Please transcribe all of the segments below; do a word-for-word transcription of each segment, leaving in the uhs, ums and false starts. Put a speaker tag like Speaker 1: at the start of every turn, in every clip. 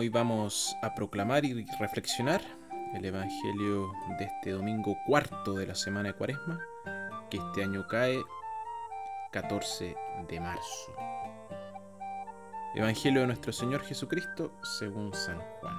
Speaker 1: hoy vamos a proclamar y reflexionar el Evangelio de este domingo cuarto de la semana de Cuaresma, que este año cae catorce de marzo. Evangelio de nuestro Señor Jesucristo según San Juan.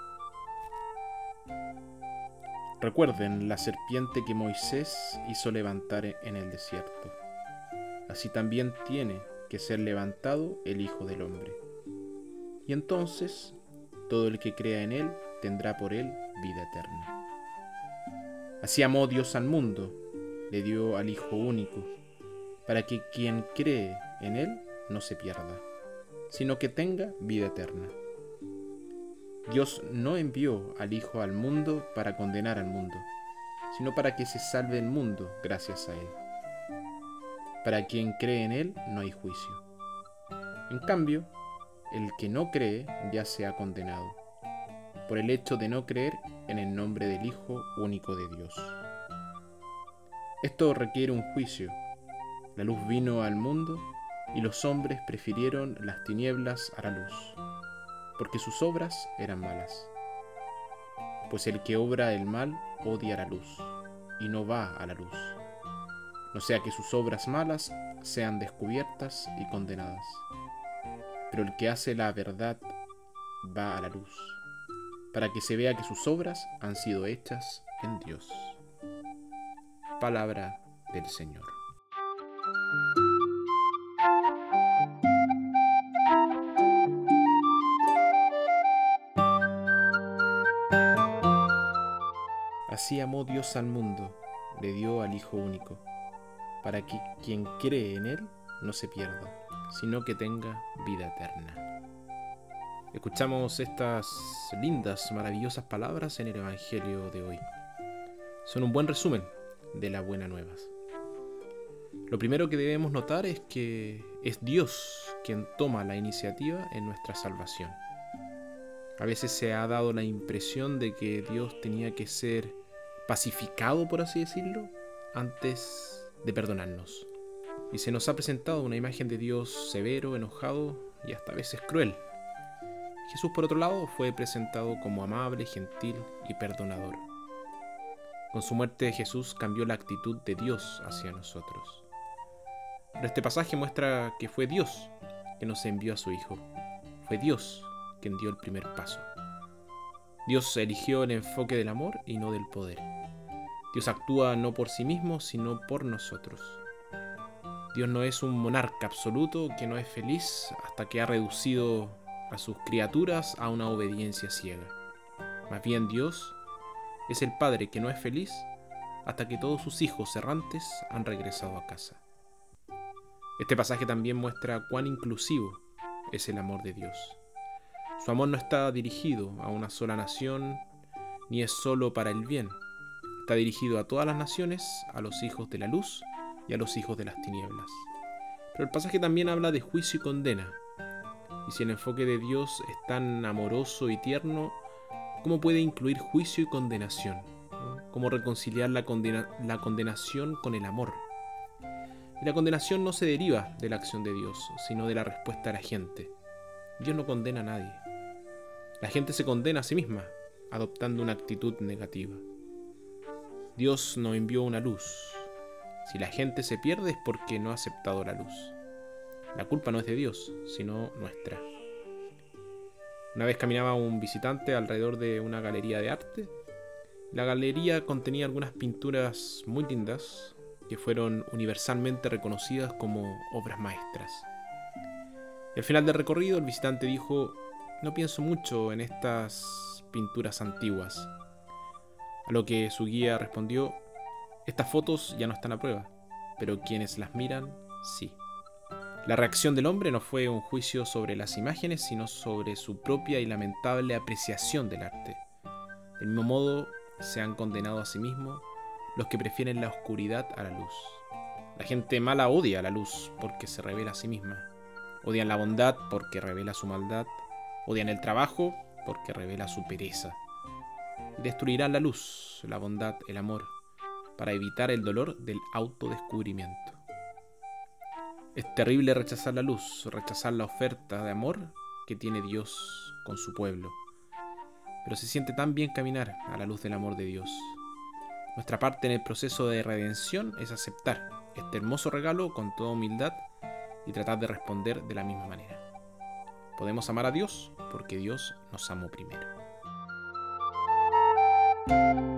Speaker 1: Recuerden la serpiente que Moisés hizo levantar en el desierto. Así también tiene que ser levantado el Hijo del Hombre. Y entonces todo el que crea en él tendrá por él vida eterna. Así amó Dios al mundo, le dio al Hijo único, para que quien cree en él no se pierda, sino que tenga vida eterna. Dios no envió al Hijo al mundo para condenar al mundo, sino para que se salve el mundo gracias a él. Para quien cree en él no hay juicio. En cambio, el que no cree ya se ha condenado, por el hecho de no creer en el nombre del Hijo único de Dios. Esto requiere un juicio. La luz vino al mundo y los hombres prefirieron las tinieblas a la luz, porque sus obras eran malas. Pues el que obra el mal odia la luz y no va a la luz, no sea que sus obras malas sean descubiertas y condenadas. Pero el que hace la verdad va a la luz, para que se vea que sus obras han sido hechas en Dios. Palabra del Señor. Así amó Dios al mundo, le dio al Hijo único, para que quien cree en él no se pierda, sino que tenga vida eterna. Escuchamos estas lindas, maravillosas palabras en el Evangelio de hoy. Son un buen resumen de la buena nueva. Lo primero que debemos notar es que es Dios quien toma la iniciativa en nuestra salvación. A veces se ha dado la impresión de que Dios tenía que ser pacificado, por así decirlo, antes de perdonarnos. Y se nos ha presentado una imagen de Dios severo, enojado y hasta a veces cruel. Jesús, por otro lado, fue presentado como amable, gentil y perdonador. Con su muerte, Jesús cambió la actitud de Dios hacia nosotros. Pero este pasaje muestra que fue Dios que nos envió a su Hijo. Fue Dios quien dio el primer paso. Dios eligió el enfoque del amor y no del poder. Dios actúa no por sí mismo, sino por nosotros. Dios no es un monarca absoluto que no es feliz hasta que ha reducido a sus criaturas a una obediencia ciega. Más bien, Dios es el Padre que no es feliz hasta que todos sus hijos errantes han regresado a casa. Este pasaje también muestra cuán inclusivo es el amor de Dios. Su amor no está dirigido a una sola nación, ni es solo para el bien. Está dirigido a todas las naciones, a los hijos de la luz y a los hijos de las tinieblas. Pero el pasaje también habla de juicio y condena. Y si el enfoque de Dios es tan amoroso y tierno, ¿cómo puede incluir juicio y condenación? ¿Cómo reconciliar la, condena- la condenación con el amor? Y la condenación no se deriva de la acción de Dios, sino de la respuesta de la gente. Dios no condena a nadie. La gente se condena a sí misma, adoptando una actitud negativa. Dios nos envió una luz. Si la gente se pierde es porque no ha aceptado la luz. La culpa no es de Dios, sino nuestra. Una vez caminaba un visitante alrededor de una galería de arte. La galería contenía algunas pinturas muy lindas que fueron universalmente reconocidas como obras maestras. Y al final del recorrido el visitante dijo: no pienso mucho en estas pinturas antiguas. A lo que su guía respondió: estas fotos ya no están a prueba, pero quienes las miran, sí. La reacción del hombre no fue un juicio sobre las imágenes, sino sobre su propia y lamentable apreciación del arte. Del mismo modo, se han condenado a sí mismos los que prefieren la oscuridad a la luz. La gente mala odia la luz porque se revela a sí misma. Odian la bondad porque revela su maldad. Odian el trabajo porque revela su pereza. Y destruirán la luz, la bondad, el amor, para evitar el dolor del autodescubrimiento. Es terrible rechazar la luz, rechazar la oferta de amor que tiene Dios con su pueblo. Pero se siente tan bien caminar a la luz del amor de Dios. Nuestra parte en el proceso de redención es aceptar este hermoso regalo con toda humildad y tratar de responder de la misma manera. Podemos amar a Dios porque Dios nos amó primero.